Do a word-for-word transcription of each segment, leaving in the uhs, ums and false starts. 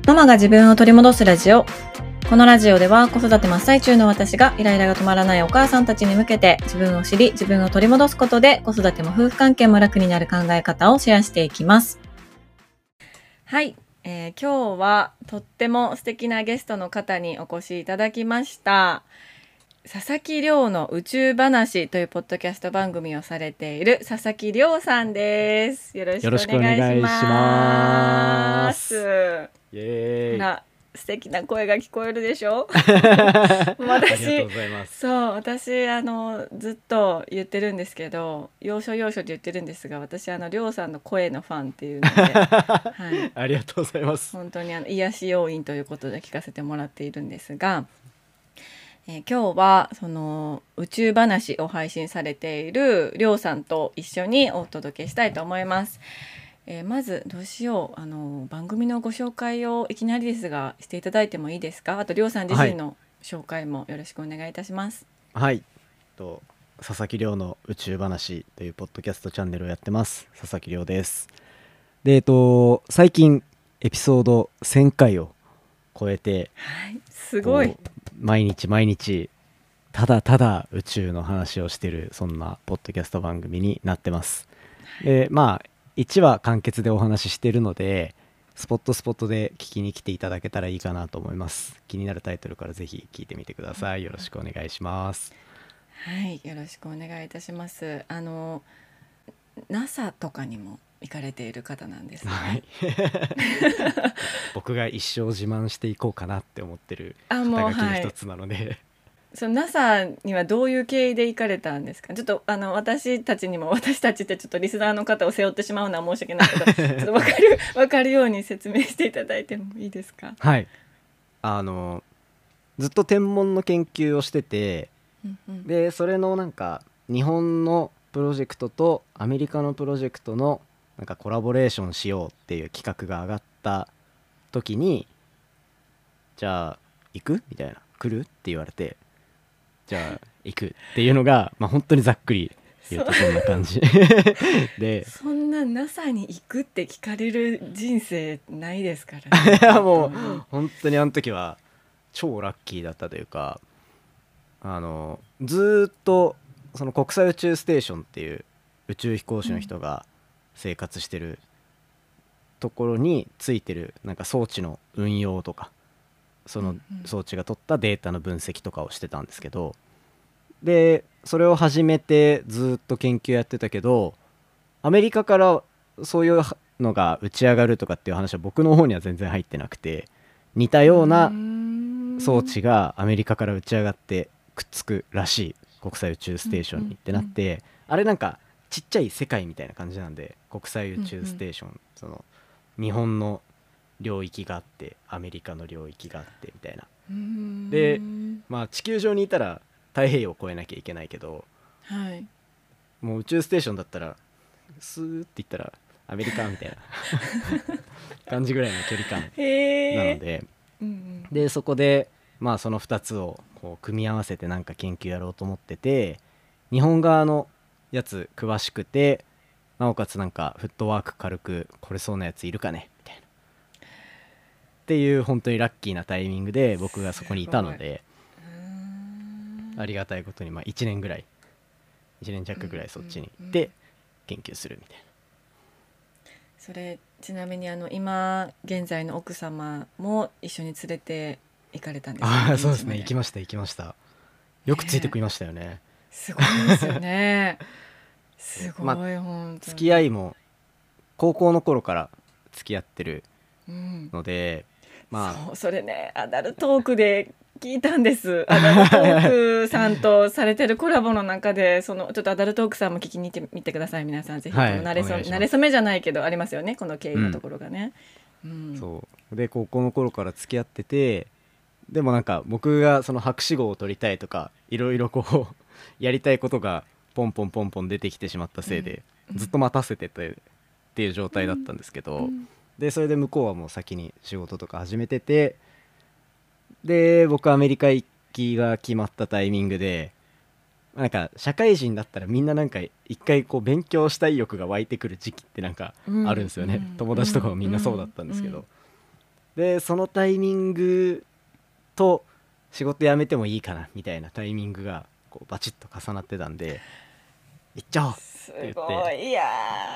ママが自分を取り戻すラジオ。このラジオでは子育て真っ最中の私がイライラが止まらないお母さんたちに向けて自分を知り自分を取り戻すことで子育ても夫婦関係も楽になる考え方をシェアしていきます。はい、えー、今日はとっても素敵なゲストの方にお越しいただきました。佐々木亮の宇宙話というポッドキャスト番組をされている佐々木亮さんです。よろしくお願いします。 イエーイ。 ほら素敵な声が聞こえるでしょ私ありがとうございます。 そう私あのずっと言ってるんですけど、要所要所で言ってるんですが、私あの亮さんの声のファンっていうので、はい、 ありがとうございます。 本当にあの癒し要因ということで聞かせてもらっているんですが、えー、今日はその宇宙話を配信されている亮さんと一緒にお届けしたいと思います。えー、まずどうしよう、あの番組のご紹介をいきなりですがしていただいてもいいですか？あと亮さん自身の紹介もよろしくお願いいたします。 はい、と佐々木亮の宇宙話というポッドキャストチャンネルをやってます佐々木亮です。で、えっと最近エピソードせんかいを超えて、 はい、すごい毎日毎日ただただ宇宙の話をしてる、そんなポッドキャスト番組になってます。で、まあいちわ完結でお話ししているので、スポットスポットで聞きに来ていただけたらいいかなと思います。気になるタイトルからぜひ聞いてみてください。よろしくお願いします。 はい、よろしくお願いいたします。あの ナサ とかにも行かれている方なんですね。はい、 僕が一生自慢していこうかなって思ってる肩書きの一つなので、はい、 その ナサ にはどういう経緯で行かれたんですか？ちょっとあの私たちにも、私たちってちょっとリスナーの方を背負ってしまうのは申し訳ないけどちょっと分かる分かるように説明していただいてもいいですか？ はい、あのずっと天文の研究をしてて、うんうん、でそれのなんか日本のプロジェクトとアメリカのプロジェクトのなんかコラボレーションしようっていう企画が上がった時に、じゃあ行くみたいな、来るって言われて、じゃあ行くっていうのが、まあ、本当にざっくり言うとそんな感じで、 そんな ナサ に行くって聞かれる人生ないですからね。 いやもう本当にあの時は超ラッキーだったというか、あのずっとその国際宇宙ステーションっていう宇宙飛行士の人が生活してるところについてるなんか装置の運用とか、その装置が取ったデータの分析とかをしてたんですけど、でそれを始めてずっと研究やってたけど、アメリカからそういうのが打ち上がるとかっていう話は僕の方には全然入ってなくて、似たような装置がアメリカから打ち上がってくっつくらしい国際宇宙ステーションにってなって、うんうんうん、あれなんかちっちゃい世界みたいな感じなんで、国際宇宙ステーション、うんうん、その日本の領域があってアメリカの領域があってみたいな。で、まあ地球上にいたら太平洋を越えなきゃいけないけど、はい、もう宇宙ステーションだったらスーって言ったらアメリカみたいな感じぐらいの距離感なので、うんうん、でそこでまあそのふたつをこう組み合わせてなんか研究やろうと思ってて、日本側のやつ詳しくて、なおかつなんかフットワーク軽く来れそうなやついるかねみたいなっていう本当にラッキーなタイミングで僕がそこにいたので、ありがたいことにまあいちねんぐらいいちねん弱ぐらいそっちに行って研究するみたいな。 それちなみにあの今現在の奥様も一緒に連れて行かれたんですか？ あ、そうですね、行きました行きました。よくついてくりましたよね。ね、 すごいですよねすごい、まあ、本当に付き合いも高校の頃から付き合ってるので、うん、まあそう、それねアダルトークで聞いたんです。アダルトークさんとされてるコラボの中で、そのちょっとアダルトークさんも聞きに行ってみてください。皆さんぜひ、はい、この慣れそ慣れ初めじゃないけどありますよね、この経緯のところがね、 うんうん、そうで高校の頃から付き合ってて、でもなんか僕がその博士号を取りたいとかいろいろこうやりたいことがポンポンポンポン出てきてしまったせいで、うん、ずっと待たせててっていう状態だったんですけど、うん、でそれで向こうはもう先に仕事とか始めてて、で僕アメリカ行きが決まったタイミングで、なんか社会人だったらみんななんか一回こう勉強したい欲が湧いてくる時期ってなんかあるんですよね、うん、友達とかもみんなそうだったんですけど、うん、 でそのタイミングと仕事辞めてもいいかなみたいなタイミングがこうバチッと重なってたんで、行っちゃおうすって言ってごい。いや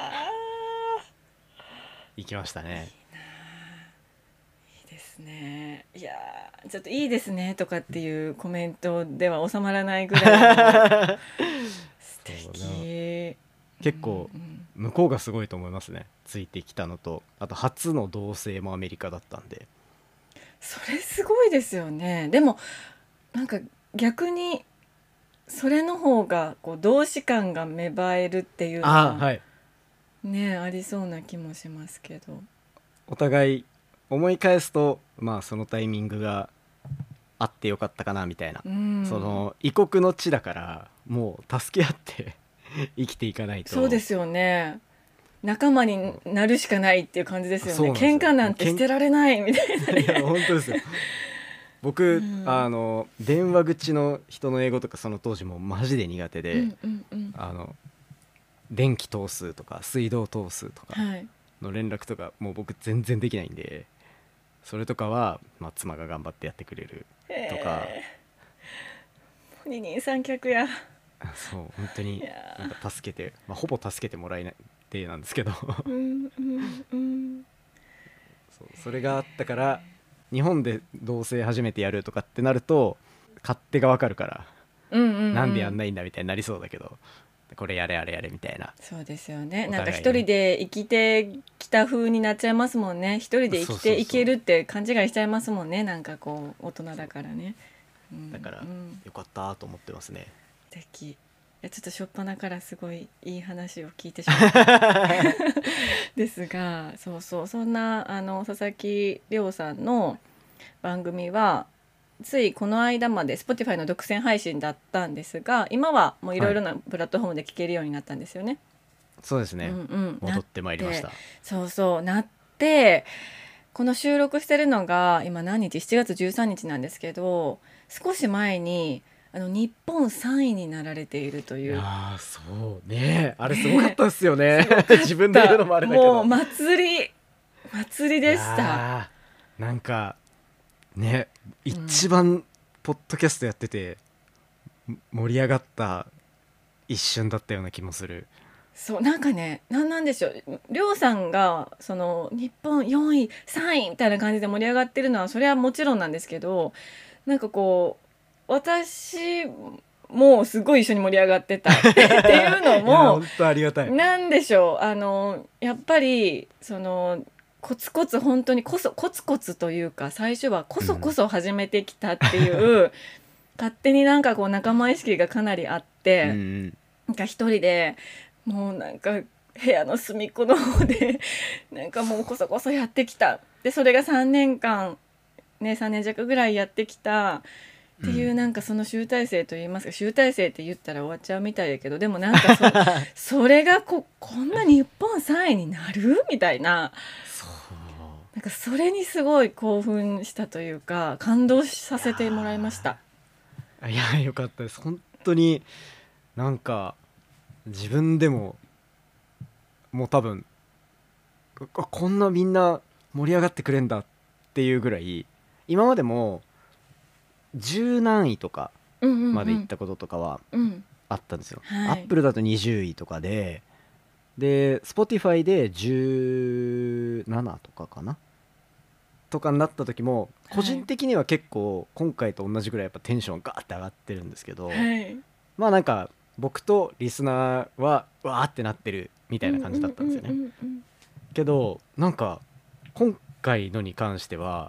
行きましたね。 ーいいですね。いやーちょっといいですねとかっていうコメントでは収まらないぐらいの素敵。 結構うんうん向こうがすごいと思いますね、ついてきたのと、あと初の同棲もアメリカだったんで。 それすごいですよね。でもなんか逆にそれの方がこう同志感が芽生えるっていうのはあはい、 ねありそうな気もしますけど。 お互い思い返すとまあそのタイミングがあってよかったかなみたいな、 うんその異国の地だからもう助け合って生きていかないと。 そうですよね。仲間になるしかないっていう感じですよね。 そうなんですよ喧嘩なんて捨てられないみたいな。 いや本当ですよ。僕、 うんあの電話口の人の英語とかその当時もマジで苦手で、 うんうんうんあの電気通すとか水道通すとかはい。 の連絡とかもう僕全然できないんで、それとかは、まあ、妻が頑張ってやってくれるとか、 えー二人三脚や。 そう本当にいやなんか助けて、まあ、ほぼ助けてもらえないってなんですけどーうんうんうんそうそれがあったから日本で同棲初めてやるとかってなると勝手がわかるから、 うんうんうん。 なんでやんないんだみたいになりそうだけど、これやれあれやれみたいな。 そうですよね。 お互いねなんか一人で生きてきた風になっちゃいますもんね。一人で生きていけるって勘違いしちゃいますもんね。なんかこう大人だからね。うんだからうんよかったと思ってますね。 素敵。いやちょっと初っ端からすごいいい話を聞いてしまったですが、そうそうそんなあの佐々木亮さんの番組はついこの間まで Spotify の独占配信だったんですが、今はもういろいろなプラットフォームで聞けるようになったんですよね。 そうですね、 うんうん戻ってまいりましたなってそうそうなってこの収録してるのが今何日しちがつじゅうさんにちなんですけど、少し前にあの日本さんいになられているという。 ああそうね、あれすごかったですよね自分でだ言うのもあれだけどもう祭り祭りでした。 いやーなんかね一番ポッドキャストやってて盛り上がった一瞬だったような気もする。 そうなんかねなんなんでしょう、りょうさんがその日本よんいさんいみたいな感じで盛り上がってるのはそれはもちろんなんですけど、なんかこう私もすごい一緒に盛り上がってたっていうのいやも本当ありがたい。 なんでしょう、あのやっぱりそのコツコツ本当にこそコツコツというか最初はこそこそ始めてきたっていう、勝手になんかこう仲間意識がかなりあって、 うんうんなんか一人でもうなんか部屋の隅っこの方でなんかもうこそこそやってきた。でそれがさんねんかんねさんねん弱ぐらいやってきたっていう、 うんなんかその集大成といいますか、集大成って言ったら終わっちゃうみたいだけど、でもなんかそそれが こ, こんな日本さんいになるみたいな、 そうなんかそれにすごい興奮したというか感動させてもらいました。 いやよかったです本当に。なんか自分でももう多分ここんなみんな盛り上がってくれんだっていうぐらい、今までも十何位とかうんうんうんまで行ったこととかはうんあったんですよ。 はいアップルだとにじゅういとかで、で Spotify でじゅうななとかかなとかになった時も個人的には結構今回と同じぐらいやっぱテンションガーって上がってるんですけど、 はいまあなんか僕とリスナーはわーってなってるみたいな感じだったんですよね。 うんうんうんうんけどなんか今回のに関しては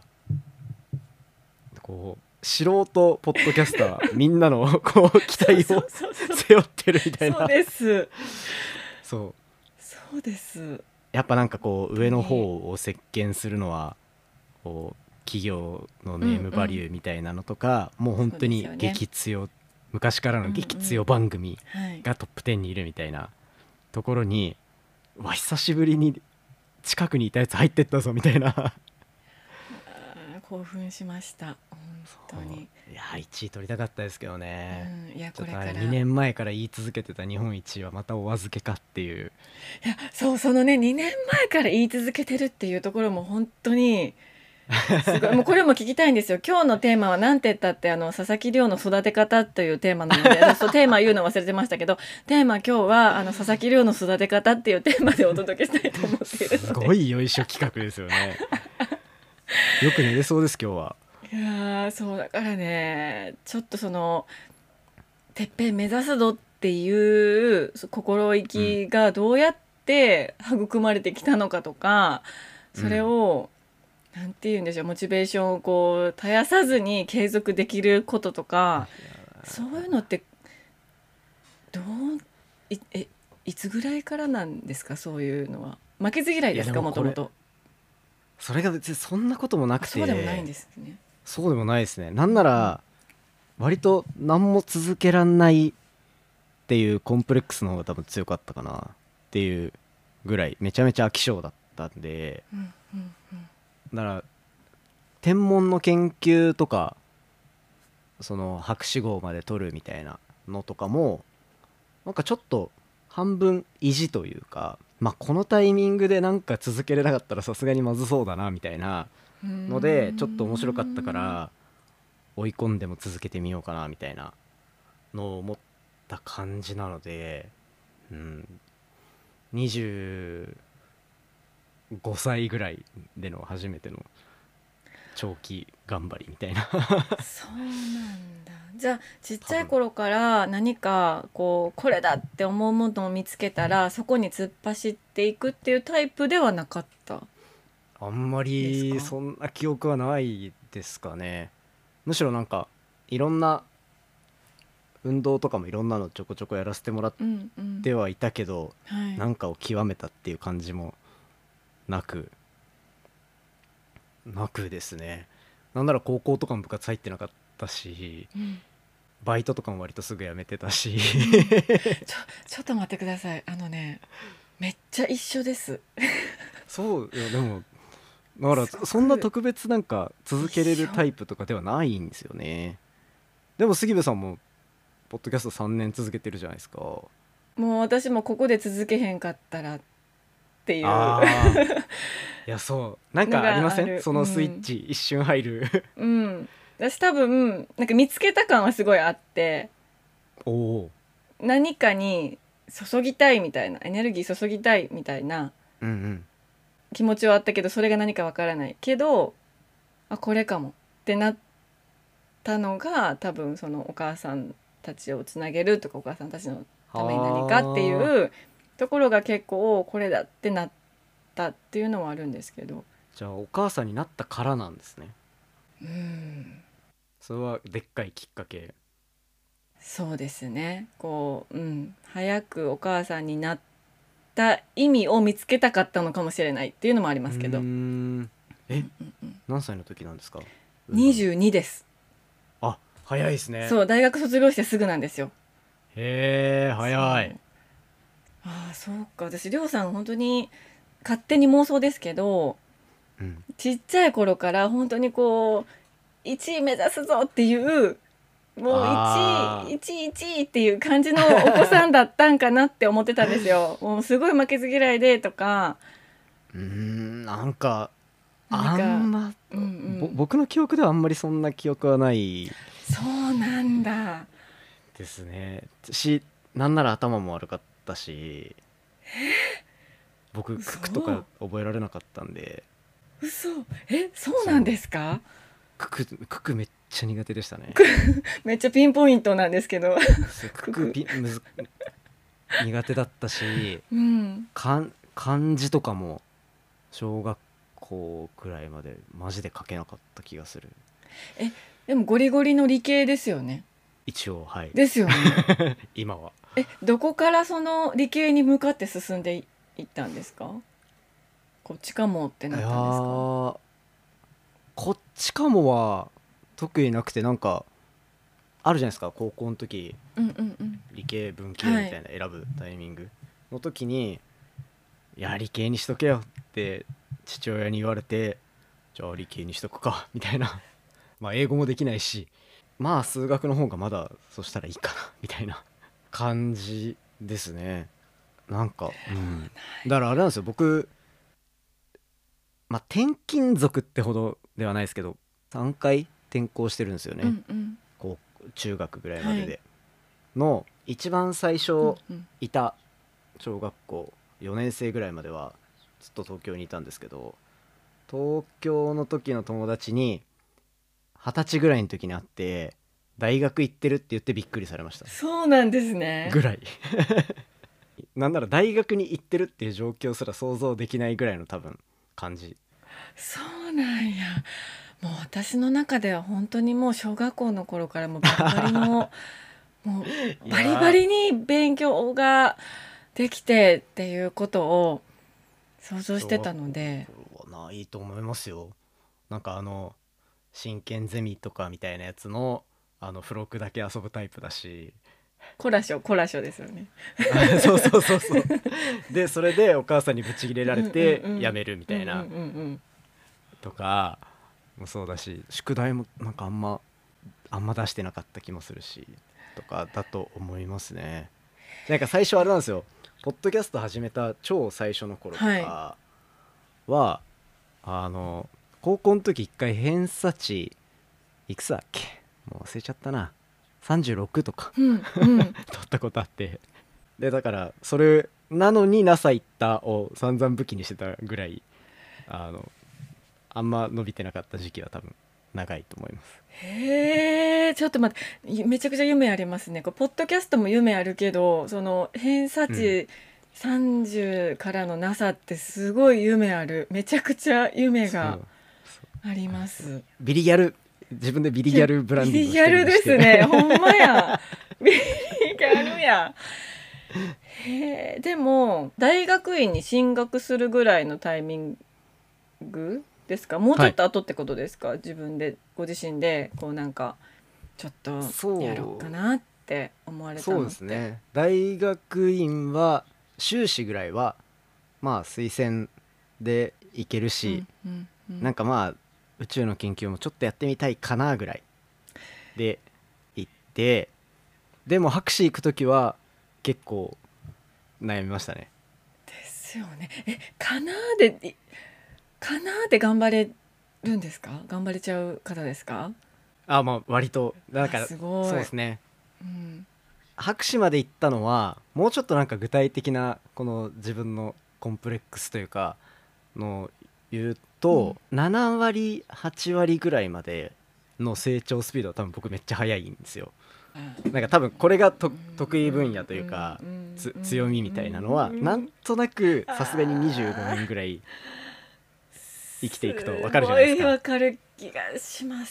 こう素人ポッドキャスターみんなのこう期待をそうそうそう背負ってるみたいな。 そうですそうそうですやっぱなんかこう上の方を席巻するのはこう企業のネームバリューみたいなのとか、もう本当にそうですよね激強、昔からの激強番組はいがトップじゅうにいるみたいなところに、うわ久しぶりに近くにいたやつ入ってったぞみたいなあー興奮しました本当に。 いやいちい取りたかったですけどね、 うん、いやちょっとあれこれからにねんまえから言い続けてた日本一はまたお預けかっていう。 いやそうそのねにねんまえから言い続けてるっていうところも本当にすごいもうこれも聞きたいんですよ。今日のテーマは何て言ったってあの佐々木亮の育て方というテーマなのでそうテーマ言うの忘れてましたけど、テーマ今日はあの佐々木亮の育て方っていうテーマでお届けしたいと思っているので、 すごいよいしょ企画ですよね。よく寝れそうです今日は。 いやーそうだからね、ちょっとそのてっぺん目指すぞっていう心意気がどうやって育まれてきたのかとか、それを、うん、なんて言うんでしょう、モチベーションをこう絶やさずに継続できることとか、そういうのってどう い, えいつぐらいからなんですか？そういうのは負けず嫌いですか？もともと。 それが別にそんなこともなくて、 そうでもないんですね。 そうでもないですね。なんなら、うん、割と何も続けらんないっていうコンプレックスの方が多分強かったかなっていうぐらいめちゃめちゃ飽き性だったんで、うんうんうん、だから天文の研究とかその博士号まで取るみたいなのとかもなんかちょっと半分意地というか、まあこのタイミングでなんか続けれなかったらさすがにまずそうだなみたいなのでちょっと面白かったから追い込んでも続けてみようかなみたいなのを思った感じなので、うん、にじゅうごさいぐらいでの初めての長期頑張りみたいなそうなんだ。じゃあちっちゃい頃から何かこうこれだって思うものを見つけたらそこに突っ走っていくっていうタイプではなかった？ あんまりそんな記憶はないですかね。むしろなんかいろんな運動とかもいろんなのちょこちょこやらせてもらってはいたけど、うんうんはい、なんかを極めたっていう感じもなくなくですね。なんなら高校とかも部活入ってなかったし、うん、バイトとかも割とすぐ辞めてたし、うん、ちょ、 ちょっと待ってください。あのねめっちゃ一緒ですそういやでもだからそんな特別なんか続けれるタイプとかではないんですよね。でも杉部さんもポッドキャストさんねん続けてるじゃないですか。もう私もここで続けへんかったらっていうあいやそうなんかありません？そのスイッチ、うん、一瞬入るうん私多分なんか見つけた感はすごいあって、 お何かに注ぎたいみたいなエネルギー注ぎたいみたいな気持ちはあったけど、それが何かわからないけどあこれかもってなったのが多分そのお母さんたちをつなげるとかお母さんたちのために何かっていうところが結構これだってなったっていうのはあるんですけど。 じゃあお母さんになったからなんですね。 うんそれはでっかいきっかけ。 そうですねこう、うん、早くお母さんになった意味を見つけたかったのかもしれないっていうのもありますけど。うーんえ、うんうんうん、何歳の時なんですか？ にじゅうにです。 あ早いですね。 そう大学卒業してすぐなんですよ。 へえ早い。 ああそうか。私りょうさん本当に勝手に妄想ですけど、うん、ちっちゃい頃から本当にこういちい目指すぞっていうもういちいいちいいちいっていう感じのお子さんだったんかなって思ってたんですよもうすごい負けず嫌いでとか。 うーんなんかあんま、うんうん、僕の記憶ではあんまりそんな記憶はない。 そうなんだですね。しなんなら頭も悪かったし僕九九とか覚えられなかったんで。 嘘えそうなんですか？ 九九九九めっちゃ苦手でしたねめっちゃピンポイントなんですけど九九ピンむず苦手だったし、 うん、 漢字とかも小学校くらいまでマジで書けなかった気がする。 えでもゴリゴリの理系ですよね？ 一応はいですよね今は。 えどこからその理系に向かって進んでいったんですか？こっちかもってなったんですか？ こっちかもは特になくて、なんかあるじゃないですか高校の時、うんうんうん、理系文系みたいな選ぶタイミングの時に、はい、いや理系にしとけよって父親に言われて、じゃあ理系にしとくかみたいなまあ英語もできないしまあ数学の方がまだそしたらいいかなみたいな感じですね。なんか、うん、だからあれなんですよ僕、 まあ転勤族ってほどではないですけどさんかい転校してるんですよね、 うんうんこう中学ぐらいまでで、はい、の一番最初いた小学校よねん生ぐらいまではずっと東京にいたんですけど、東京の時の友達にはたちぐらいの時に会って大学行ってるって言ってびっくりされました。 そうなんですねぐらいなんなら大学に行ってるっていう状況すら想像できないぐらいの多分感じ。 そうなんや。もう私の中では本当にもう小学校の頃からもうバリバリのもうバリバリに勉強ができてっていうことを想像してたので。 ないと思いますよ。なんかあの真剣ゼミとかみたいなやつのあの付録だけ遊ぶタイプだし、 コラショコラショですよねそうそうそうそうでそれでお母さんにブチギレられて辞めるみたいなとかもそうだし、宿題もなんかあんまあんま出してなかった気もするしとかだと思いますね。なんか最初あれなんですよ、ポッドキャスト始めた超最初の頃とかは、はい、あの高校の時一回偏差値いくつだっけもう忘れちゃったな、さんじゅうろくとか、うんうん、取ったことあって、でだからそれなのに ナサ 行ったを散々武器にしてたぐらい、あのあんま伸びてなかった時期は多分長いと思います。 へえ、ちょっと待って、めちゃくちゃ夢ありますね。こうポッドキャストも夢あるけど、その偏差値さんじゅうからの ナサ ってすごい夢ある。めちゃくちゃ夢があります。 ビリギャル、自分でビリギャルブランディングしてるんですね。ビリギャルですね。ほんまや。ビリギャルや。へえ、でも大学院に進学するぐらいのタイミングですか？もうちょっと後ってことですか？はい、自分でご自身でこうなんかちょっとやろうかなって思われたのって。 そうですね、大学院は修士ぐらいはまあ推薦でいけるし、うんうんうん、なんかまあ宇宙の研究もちょっとやってみたいかなぐらいで行って、でも博士行く時は結構悩みましたね。 ですよね。え、かなーでかなーで頑張れるんですか？頑張れちゃう方ですか？ あ、まあ割とだからすごいそうですね、うん、博士まで行ったのはもうちょっとなんか具体的なこの自分のコンプレックスというかの言うと、うん、ななわりはちわりぐらいまでの成長スピードは多分僕めっちゃ速いんですよ。なんか多分これがと得意分野というかつ強みみたいなのはなんとなくさすがににじゅうごねんぐらい生きていくと分かるじゃないですか。 すごい分かる気がします。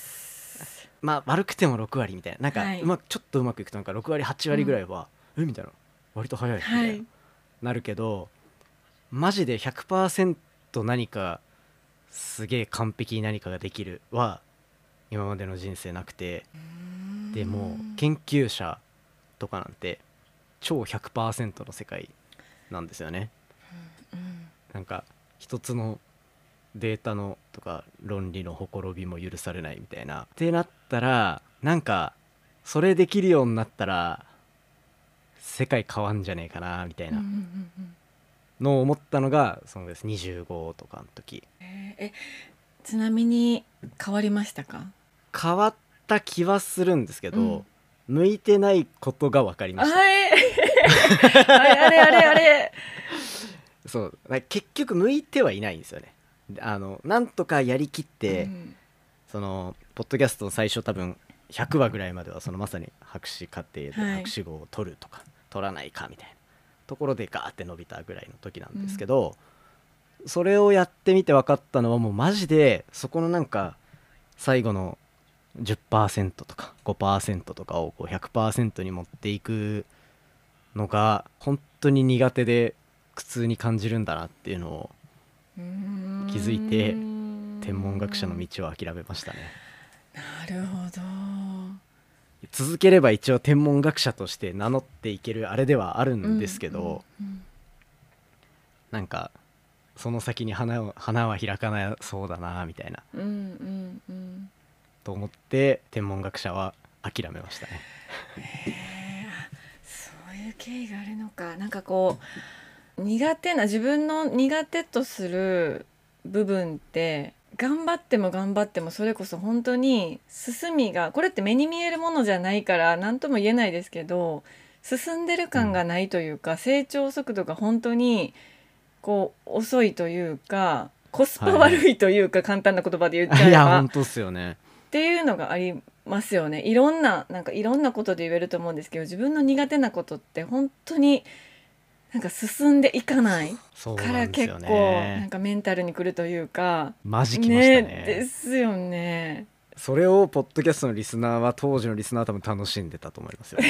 まあ悪くてもろくわりみたいな、なんかうまく、はい、ちょっとうまくいくとなんかろくわりはちわりぐらいは、うん、えみたいな割と早いみたいな、はい、なるけどマジで ひゃくパーセント 何かすげえ完璧に何かができるは今までの人生なくて、でも研究者とかなんて超 ひゃくパーセント の世界なんですよね、うんうん、なんか一つのデータのとか論理のほころびも許されないみたいなってなったら、なんかそれできるようになったら世界変わんじゃねえかなみたいなのを思ったのがそうです、にじゅうごとかの時。 えー、えちなみに変わりましたか？ 変わった気はするんですけど、うん、向いてないことが分かりました。あれあれあれあれそう結局向いてはいないんですよね。あのなんとかやりきって、うん、そのポッドキャストの最初多分ひゃくわぐらいまではそのまさに博士課程で博士号を取るとか、はい、取らないかみたいなところでガーって伸びたぐらいの時なんですけど、うん、それをやってみて分かったのはもうマジでそこのなんか最後の じゅっパーセント とか ごパーセント とかをこう ひゃくパーセント に持っていくのが本当に苦手で苦痛に感じるんだなっていうのを気づいて天文学者の道を諦めましたね。 なるほど。 続ければ一応天文学者として名乗っていけるあれではあるんですけど、うんうんうん、なんかその先に花を花は開かなそうだなみたいな、うんうんうん、と思って天文学者は諦めましたね。 へー、そういう経緯があるのか。なんかこう苦手な自分の苦手とする部分って頑張っても頑張ってもそれこそ本当に進みがこれって目に見えるものじゃないから何とも言えないですけど進んでる感がないというか、うん、成長速度が本当にこう遅いというかコスパ悪いというか、はい、簡単な言葉で言っちゃえばいや本当っすよねっていうのがありますよね。いろんななんかいろんなことで言えると思うんですけど自分の苦手なことって本当になんか進んでいかないから結構なんかメンタルにくるというかマジきましたね。 ねですよね。 それをポッドキャストのリスナーは当時のリスナーは多分楽しんでたと思いますよ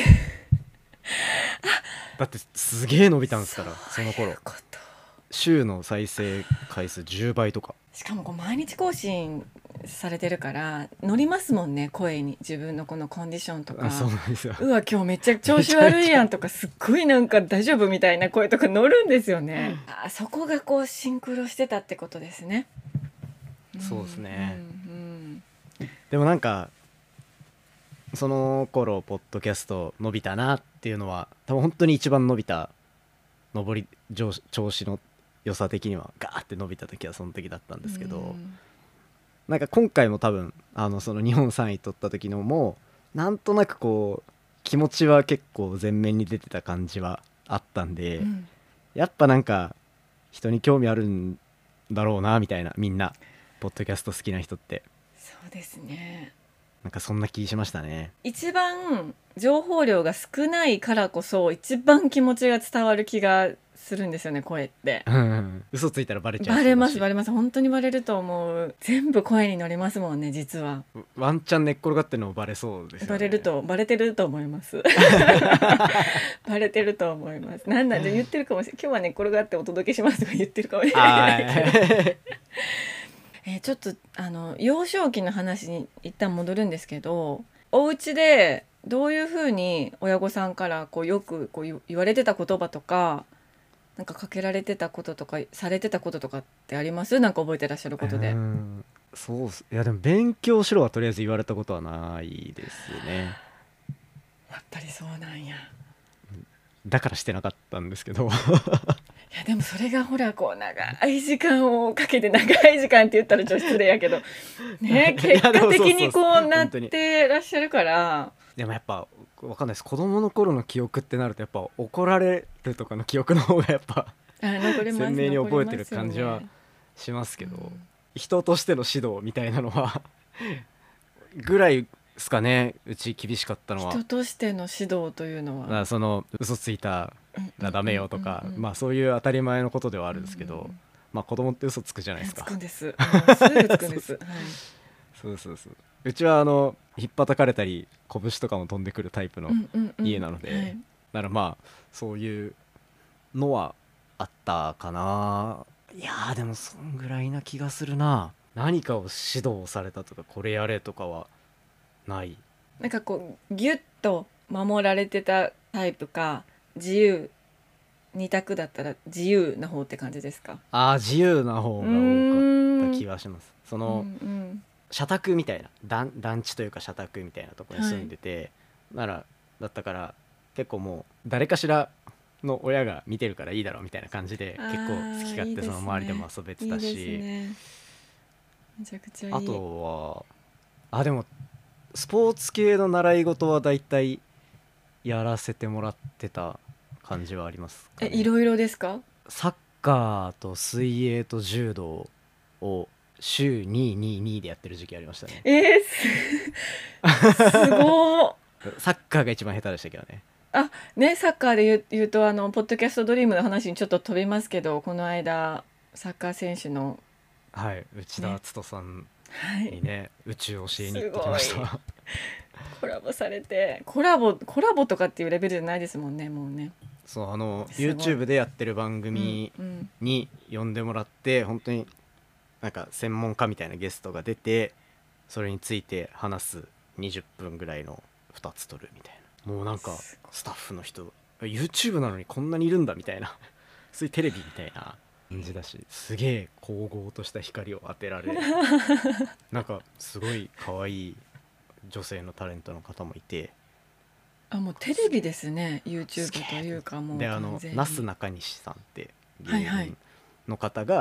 だってすげえ伸びたんですからその頃週の再生回数じゅうばいとかしかもこう毎日更新されてるから乗りますもんね声に自分のこのコンディションとかそうなんですようわ今日めっちゃ調子悪いやんとかすっごいなんか大丈夫みたいな声とか乗るんですよねあそこがこうシンクロしてたってことですね。 そうですね、 うんうん、でもなんかその頃ポッドキャスト伸びたなっていうのは多分本当に一番伸びた上り調子の良さ的にはガーって伸びた時はその時だったんですけど、うん、なんか今回も多分あのその日本さんい取った時のもなんとなくこう気持ちは結構前面に出てた感じはあったんで、うん、やっぱなんか人に興味あるんだろうなみたいなみんなポッドキャスト好きな人ってそうですねなんかそんな気しましたね。 一番情報量が少ないからこそ一番気持ちが伝わる気がするんですよね声って、 うんうん、嘘ついたらバレちゃう。 バレますバレます本当にバレると思う。全部声に乗りますもんね実は。 ワンチャン寝っ転がってるのもバレそうですよね。 バレるとバレてると思いますバレてると思います。なんなんで言ってるかもしれない今日は寝っ転がってお届けしますとか言ってるかもしれないけどえー、ちょっとあの幼少期の話に一旦戻るんですけどお家でどういうふうに親御さんからこうよくこう言われてた言葉とかなんかかけられてたこととかされてたこととかってあります？なんか覚えてらっしゃることで。 うんそうすいやでも勉強しろはとりあえず言われたことはないですね。 やっぱりそうなんや。 だからしてなかったんですけどいやでもそれがほらこう長い時間をかけて長い時間って言ったらちょっと失礼やけどね結果的にこうなってらっしゃるからでもやっぱわかんないです。子供の頃の記憶ってなるとやっぱ怒られるとかの記憶の方がやっぱ鮮明に覚えてる感じはしますけど、うん、人としての指導みたいなのはぐらいですかね。うち厳しかったのは人としての指導というのはその嘘ついたらダメよとか、まあそういう当たり前のことではあるんですけど、うんうん、まあ子供って嘘つくじゃないですか。 つくんです。すぐつくんです。はい、 そうそうそう。うちはあの引っ叩かれたり拳とかも飛んでくるタイプの家なので、うんうんうんはい、だからまあそういうのはあったかな。いやーでもそんぐらいな気がするな。何かを指導されたとかこれやれとかはない。 なんかこうギュッと守られてたタイプか自由二択だったら自由な方って感じですか？ ああ自由な方が多かった気はします。その、うんうん社宅みたいな 団, 団地というか社宅みたいなところに住んでて、はい、ならだったから結構もう誰かしらの親が見てるからいいだろうみたいな感じで結構好き勝手その周りでも遊べてたし、いいですね、 めちゃくちゃいい。 あとはあでもスポーツ系の習い事はだいたいやらせてもらってた感じはありますかね。 えいろいろですか？ サッカーと水泳と柔道を週に、に、にでやってる時期ありましたね。 えー、す, すごーサッカーが一番下手でしたけどね。 あねサッカーで言 う, 言うとあのポッドキャストドリームの話にちょっと飛びますけどこの間サッカー選手のはい内田篤人さんにね、はい、宇宙を教えに行ってきましたコラボされてコラボコラボとかっていうレベルじゃないですもんねもうね。 そうあの YouTube でやってる番組に呼んでもらって、うんうん、本当になんか専門家みたいなゲストが出てそれについて話すにじゅっぷんぐらいのふたつ撮るみたいな。もうなんかスタッフの人 YouTube なのにこんなにいるんだみたいなそういうテレビみたいな感じだしすげえ光合とした光を当てられなんかすごい可愛い女性のタレントの方もいてあもうテレビですね YouTube というかもうであのなすなかにしさんって芸人の方が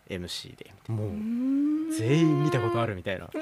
エムシー でもううーん全員見たことあるみたいな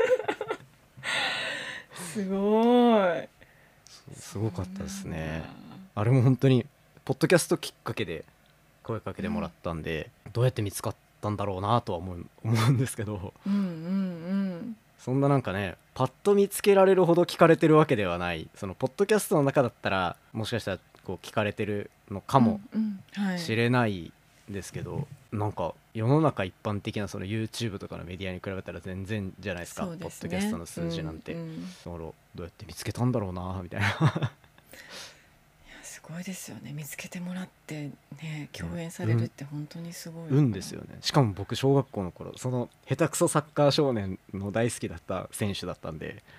すごいすごかったですね。 そあれも本当にポッドキャストきっかけで声かけてもらったんで、うん、どうやって見つかったんだろうなとは思う、思うんですけど、 うんうんうんそんななんかねパッと見つけられるほど聞かれてるわけではない、そのポッドキャストの中だったらもしかしたらこう聞かれてるのかもしれないですけど、うんうんはい、なんか世の中一般的なその YouTube とかのメディアに比べたら全然じゃないですか。ですね、ポッドキャストの数字なんて、うんうん、だからどうやって見つけたんだろうなみたいなすごいですよね。見つけてもらってね共演されるって本当にすごい、 うん、運ですよね。しかも僕小学校の頃その下手くそサッカー少年の大好きだった選手だったんで、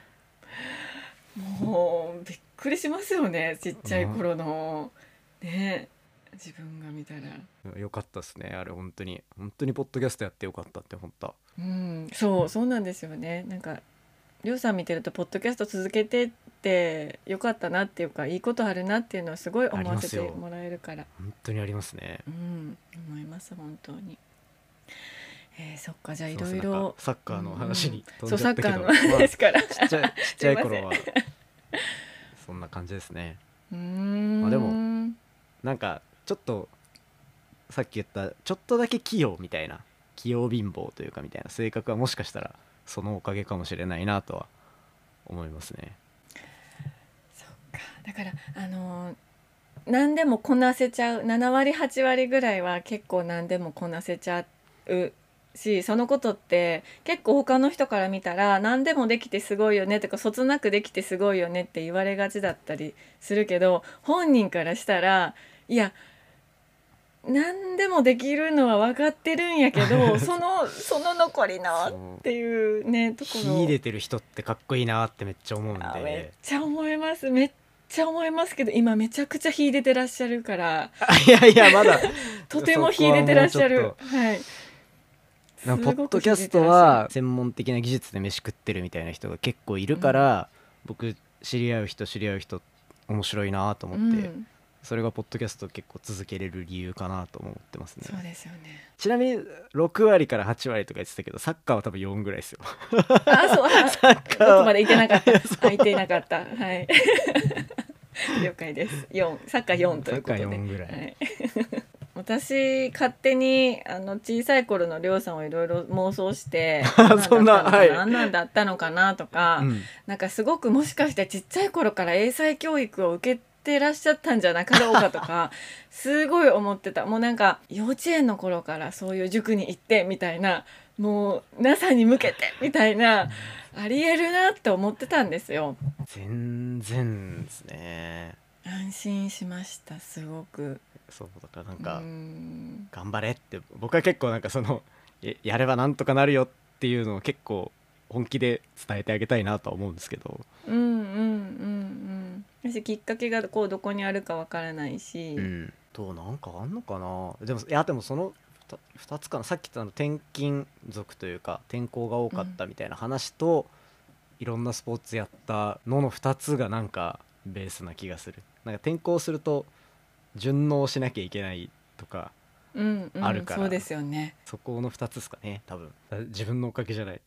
もうびっくりしますよね、ちっちゃい頃の、うん、ね自分が見たら。 よかったですねあれ。本当に本当にポッドキャストやってよかったって思った、 うん、そうそうなんですよね。なんかりょうさん見てるとポッドキャスト続けてってよかったなっていうかいいことあるなっていうのをすごい思わせてもらえるから。 本当にありますね。 うん思います本当に。えー、そっかじゃあいろいろサッカーの話に飛んじゃったけど、 うん、そうサッカーの話から、まあ、 ちっちゃいちっちゃい頃はそんな感じですね。 うーん、 まあ、でもなんかちょっとさっき言ったちょっとだけ器用みたいな器用貧乏というかみたいな性格はもしかしたらそのおかげかもしれないなとは思いますね。 そっかだからあのー、何でもこなせちゃうななわりはちわりぐらいは結構何でもこなせちゃうし、そのことって結構他の人から見たら何でもできてすごいよねとかそつなくできてすごいよねって言われがちだったりするけど、本人からしたらいや何でもできるのは分かってるんやけどそのその残りなっていうねところ秀でてる人ってかっこいいなってめっちゃ思うんで。 めっちゃ思いますめっちゃ思いますけど今めちゃくちゃ秀でてらっしゃるからいやいやまだとても秀でてらっしゃる。はい。 ポッドキャストは専門的な技術で飯食ってるみたいな人が結構いるから、うん、僕知り合う人知り合う人面白いなと思って、うん、それがポッドキャストを結構続けれる理由かなと思ってますね。 そうですよね。 ちなみにろくわりからはちわりとか言ってたけどサッカーは多分よんぐらいですよ。 あそうサッカーはどこまで行ってなかったあ行ってなかったはい了解です。よんサッカーよんということでサッカーよんぐらい、 はい私勝手にあの小さい頃のりょうさんをいろいろ妄想してそんな何なんだったのかなとか、 うん、 なんかすごくもしかしてちっちゃい頃から英才教育を受けてらっしゃったんじゃなかろうかとかすごい思ってた。もうなんか幼稚園の頃からそういう塾に行ってみたいな、もう ナサ に向けてみたいなありえるなって思ってたんですよ。 全然ですね。 安心しましたすごく。 そうだからなんか頑張れって僕は結構なんかその や, やればなんとかなるよっていうのを結構本気で伝えてあげたいなとは思うんですけど、 うんうんうんうん私きっかけがこうどこにあるかわからないし、 うん、どうなんかあんのかな。でもいやでもそのふたつかな、さっき言ったの転勤族というか転校が多かったみたいな話と、うん、いろんなスポーツやったののふたつがなんかベースな気がする。なんか転校すると順応しなきゃいけないとかあるから、 うんうん、そうですよね。 そこのふたつですかね多分。自分のおかげじゃない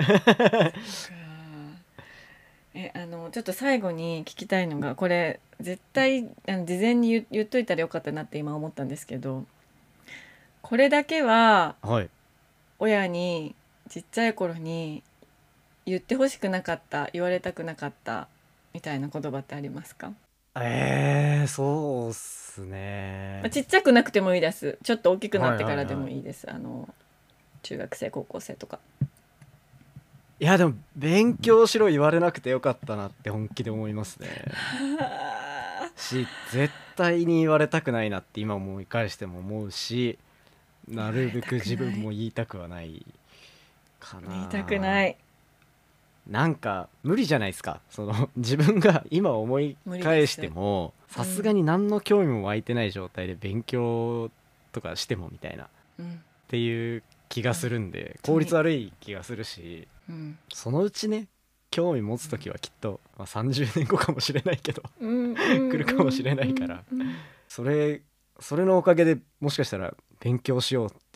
えあのちょっと最後に聞きたいのがこれ絶対あの事前に 言, 言っといたらよかったなって今思ったんですけど、これだけは親にちっちゃい頃に言ってほしくなかった言われたくなかったみたいな言葉ってありますか？ えー、そうっすね。 ちっちゃくなくてもいいです。ちょっと大きくなってからでもいいです、はいはいはい、あの中学生高校生とか。 いやでも勉強しろ言われなくてよかったなって本気で思いますねし絶対に言われたくないなって今思い返しても思うし、なるべく自分も言いたくはないかな。 言いたくない。 なんか無理じゃないですか。その自分が今思い返してもさすがに何の興味も湧いてない状態で勉強とかしてもみたいな、うん、っていう気がするんで、効率悪い気がするし、うん、そのうちね興味持つ時はきっと、まあ、さんじゅうねんごかもしれないけど、うん、来るかもしれないから、うん、それそれのおかげでもしかしたら勉強しようって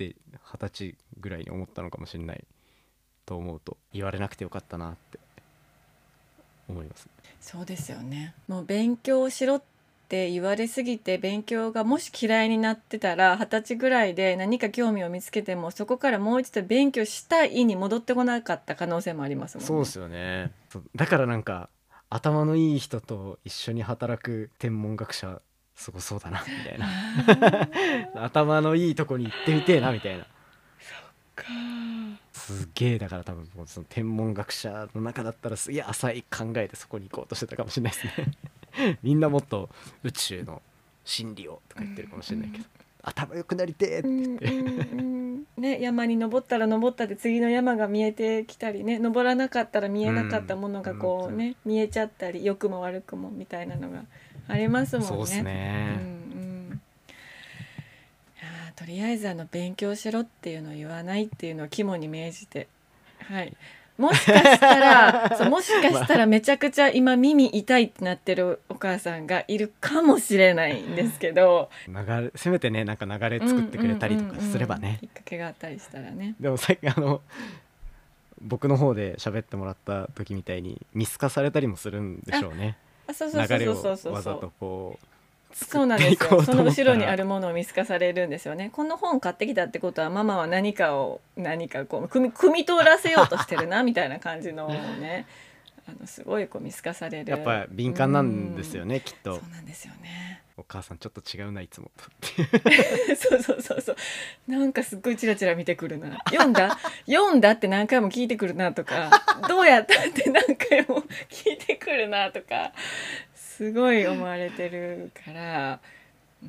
はたちぐらいに思ったのかもしれないと思うと、言われなくてよかったなって思います。 そうですよね。もう勉強しろって言われすぎて、勉強がもし嫌いになってたら、はたちぐらいで何か興味を見つけても、そこからもう一度勉強したいに戻ってこなかった可能性もありますもんね。 そうですよね。そうだからなんか頭のいい人と一緒に働く天文学者すごそうだなみたいな頭のいいとこに行ってみてえなみたいな。 かすげえ、だから多分もうその天文学者の中だったらすげえ浅い考えでそこに行こうとしてたかもしれないですねみんなもっと宇宙の真理をとか言ってるかもしれないけど、頭良くなりてえって言って、 うんうんうんね、山に登ったら登ったで次の山が見えてきたりね、登らなかったら見えなかったものがこうね、見えちゃったり、良くも悪くもみたいなのがありますもんね。 そうですね、 うんうん、いやとりあえずあの勉強しろっていうのを言わないっていうのを肝に銘じて、はい、もしかしたらそうもしかしたらめちゃくちゃ今耳痛いってなってるお母さんがいるかもしれないんですけど流れせめてね、なんか流れ作ってくれたりとかすればね、 うんうんうんうん、きっかけがあったりしたらね。 でもさっきあの僕の方で喋ってもらった時みたいに見透かされたりもするんでしょうね。 あ、そうそうそう流れをそうそうわざとこうそうなんですよ。その後ろにあるものを見透かされるんですよね。この本買ってきたってことはママは何かを何かこう汲み、汲み取らせようとしてるなみたいな感じのね、あのすごいこう見透かされる。 やっぱ敏感なんですよね、きっと。 そうなんですよね。 お母さんちょっと違うないつもとそうそうそうそう。なんかすっごいチラチラ見てくるな。読んだ読んだって何回も聞いてくるなとか、どうやったって何回も聞いてくるなとか。すごい思われてるから、うん、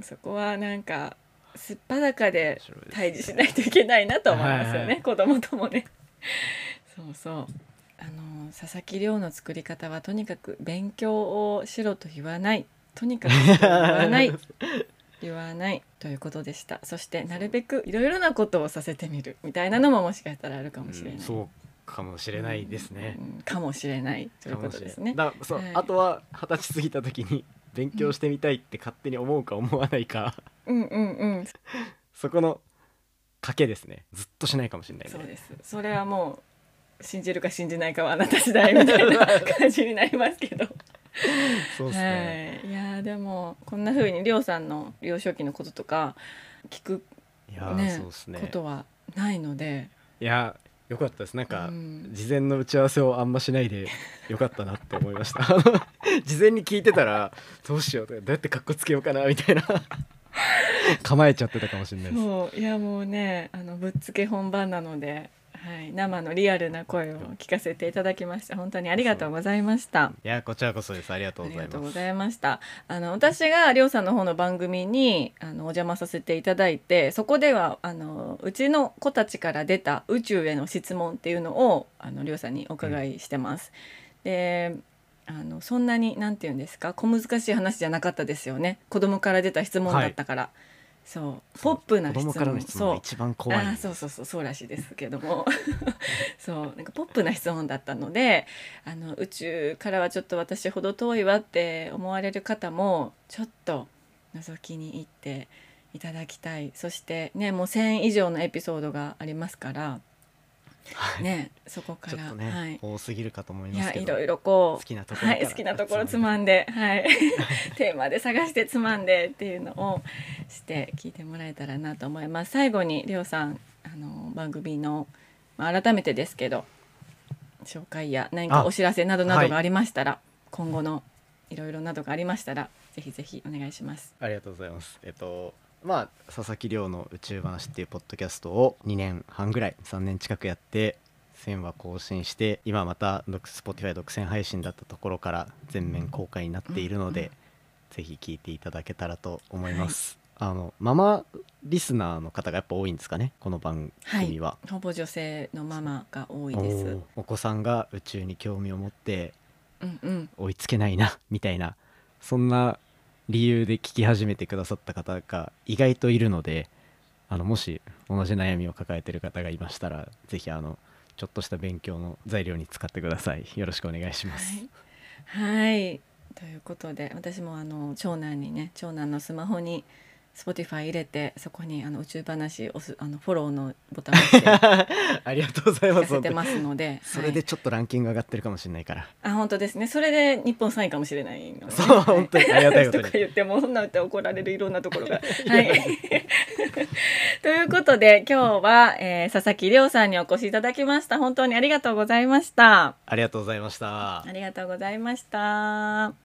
そこはなんかすっぱだかで対峙しないといけないなと思いますよね、はいはい、子供ともねそうそう、あの佐々木亮の作り方はとにかく勉強をしろと言わない、とにかく言わない言わないということでした。そしてなるべくいろいろなことをさせてみるみたいなのももしかしたらあるかもしれない、うん、 そうかもしれないですね、 うん、かもしれないということですね。 だそう、はい、あとは二十歳過ぎた時に勉強してみたいって勝手に思うか思わないか、 うんうんうん、 そこの賭けですね。ずっとしないかもしれない、ね、 そうです。それはもう信じるか信じないかはあなた次第みたいな感じになりますけどそうですね、 はい、いやでもこんな風にりょうさんの幼少期のこととか聞く、 いや、 ね、 そうですね、 ことはないので、 いやよかったです。なんか、 うん、 事前の打ち合わせをあんましないでよかったなって思いました事前に聞いてたらどうしようとかどうやってカッコつけようかなみたいな構えちゃってたかもしれないです。 そういやもうね、あのぶっつけ本番なので、はい、生のリアルな声を聞かせていただきました。本当にありがとうございました。 いやこちらこそです。ありがとうございます。 ありがとうございました。あの私がりょうさんの方の番組にあのお邪魔させていただいて、そこではあのうちの子たちから出た宇宙への質問っていうのをあのりょうさんにお伺いしてます、うん、であのそんなになんていうんですか、小難しい話じゃなかったですよね。子供から出た質問だったから、はい、そうポップな質問、 子供からの質問が一番怖い。 あ、そうそうそうそうらしいですけどもそうなんかポップな質問だったので、あの宇宙からはちょっと私ほど遠いわって思われる方もちょっと覗きに行っていただきたい。そしてね、もうせん以上のエピソードがありますからはい、 ね、そこからちょっとね、はい、多すぎるかと思いますけど、 いやいろいろこう好きなところから、 はい、好きなところつまんで、はい、テーマで探してつまんでっていうのをして聞いてもらえたらなと思います。最後にりょうさん、あの番組の、まあ、改めてですけど紹介や何かお知らせなどなどがありましたら、はい、今後のいろいろなどがありましたらぜひぜひお願いします。 ありがとうございます。えっとまあ、佐々木亮の宇宙話っていうポッドキャストをにねんはんぐらいさんねん近くやってせんわ更新して、今また Spotify 独占配信だったところから全面公開になっているので、うんうん、ぜひ聞いていただけたらと思います、はい、あのママリスナーの方がやっぱ多いんですかね、この番組は。 はい、ほぼ女性のママが多いです。 お, お子さんが宇宙に興味を持って、 うんうん、 追いつけないなみたいな、そんな理由で聞き始めてくださった方が意外といるので、あのもし同じ悩みを抱えている方がいましたら、ぜひあのちょっとした勉強の材料に使ってください。よろしくお願いします。 はい、はい、ということで私もあの長男にね、長男のスマホに Spotify 入れてそこにあの宇宙話押すあのフォローのボタンを押してありがとうございます。 聞かせてますのでそれでちょっとランキング上がってるかもしれないから、 あ本当ですね。それで日本さんいかもしれないので、ね、 そう本当にありがたいことにとか言ってもそんな歌怒られるいろんなところがはいということで今日は、えー、佐々木亮さんにお越しいただきました。本当にありがとうございました。 ありがとうございました。 ありがとうございました。